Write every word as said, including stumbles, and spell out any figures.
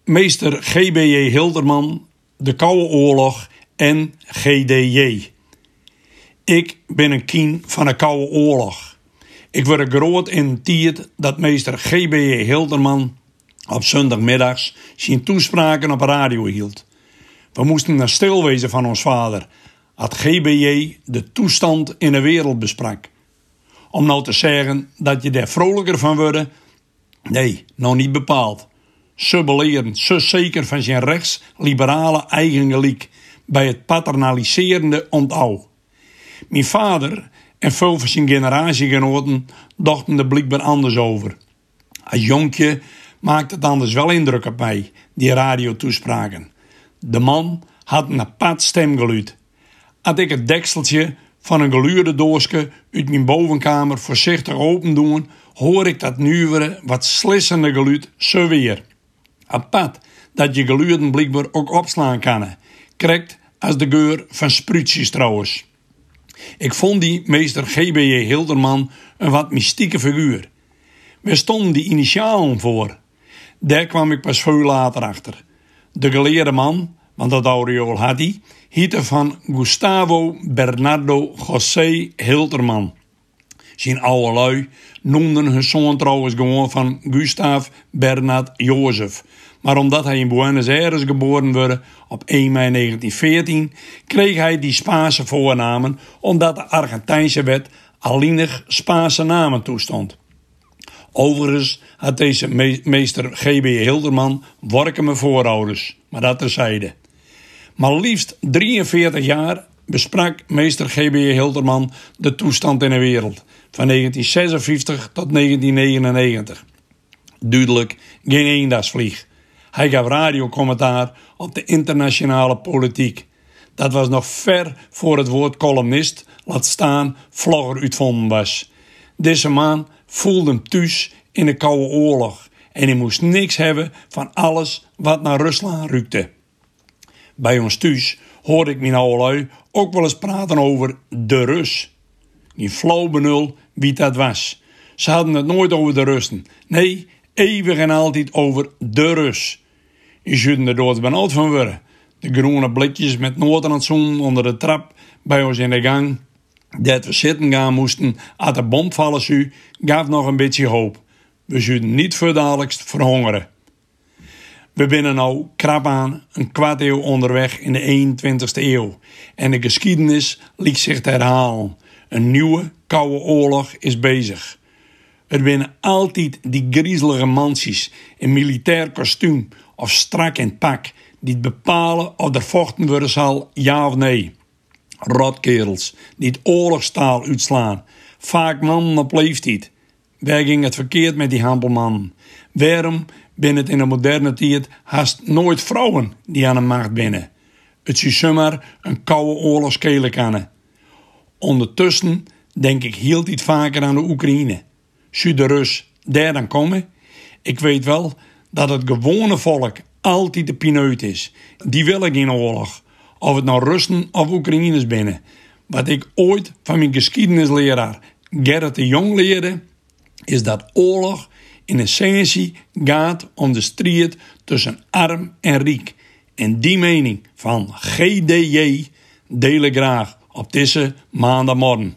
meester G B J Hilderman, de Koude Oorlog en G D J. Ik ben een kiem van de Koude Oorlog. Ik word groot in een tijd dat meester G B J Hilderman op zondagmiddags zijn toespraken op radio hield. We moesten naar stil wezen van ons vader, had G B J de toestand in de wereld besprak. Om nou te zeggen dat je daar vrolijker van wordt, nee, nog niet bepaald. Ze beleren, ze zeker van zijn rechtsliberale eigen gelijk bij het paternaliserende ontouw. Mijn vader en veel van zijn generatiegenoten dachten er blijkbaar anders over. Als jonkje maakte het anders wel indruk op mij, die radiotoespraken. De man had een apart stemgeluid. Als ik het dekseltje van een geluurde doosje uit mijn bovenkamer voorzichtig open doen, hoor ik dat nuwere, wat slissende geluid zo weer. Apart dat je geluiden blijkbaar ook opslaan kan. Krijgt als de geur van spruitjes trouwens. Ik vond die meester G B J Hilderman een wat mystieke figuur. Waar stonden die initialen voor? Daar kwam ik pas veel later achter. De geleerde man, want dat aureool had hij, hiette van Gustavo Bernardo José Hilderman. Zijn oude lui noemden hun zoon trouwens gewoon van Gustav Bernard Jozef. Maar omdat hij in Buenos Aires geboren werd op één mei negentien veertien, kreeg hij die Spaanse voornamen omdat de Argentijnse wet alleenig Spaanse namen toestond. Overigens had deze me- meester G B J Hilderman warkeme voorouders, maar dat terzijde. Maar liefst drieënveertig jaar besprak meester G B J Hilderman de toestand in de wereld, van negentien zesenvijftig tot negentien negenennegentig. Duidelijk geen eendagsvlieg. Hij gaf radiocommentaar op de internationale politiek. Dat was nog ver voor het woord columnist, laat staan vlogger uitvonden was. Deze man voelde hem thuis in de Koude Oorlog en hij moest niks hebben van alles wat naar Rusland ruikte. Bij ons thuis hoorde ik mijn oude lui ook wel eens praten over de Rus. Die flauw benul wie dat was. Ze hadden het nooit over de Russen. Nee, eeuwig en altijd over de Rus. Je zult er dood benauwd van worden. De groene blikjes met notenantzoen onder de trap bij ons in de gang. Dat we zitten gaan moesten als de bom vallen zou, gaf nog een beetje hoop. We zullen niet voor dadelijkst verhongeren. We zijn nou krap aan een kwart eeuw onderweg in de eenentwintigste eeuw. En de geschiedenis lijkt zich te herhalen. Een nieuwe koude oorlog is bezig. Het zijn altijd die griezelige mansies in militair kostuum of strak in het pak die het bepalen of er vochten worden zal, ja of nee. Rotkerels die het oorlogstaal uitslaan. Vaak mannen op leeftijd. Waar ging het verkeerd met die hampelmannen? Waarom ben het in de moderne tijd haast nooit vrouwen die aan de macht binnen? Het zou zomaar een koude oorlogskele kannen. Ondertussen denk ik heel iets vaker aan de Oekraïne. Zou de Rus daar dan komen? Ik weet wel dat het gewone volk altijd de pineut is. Die willen geen oorlog. Of het nou Russen of Oekraïners binnen. Wat ik ooit van mijn geschiedenisleraar Gerrit de Jong leerde, is dat oorlog in essentie gaat om de strijd tussen arm en rijk. En die mening van G D J deel ik graag op deze maandagmorgen.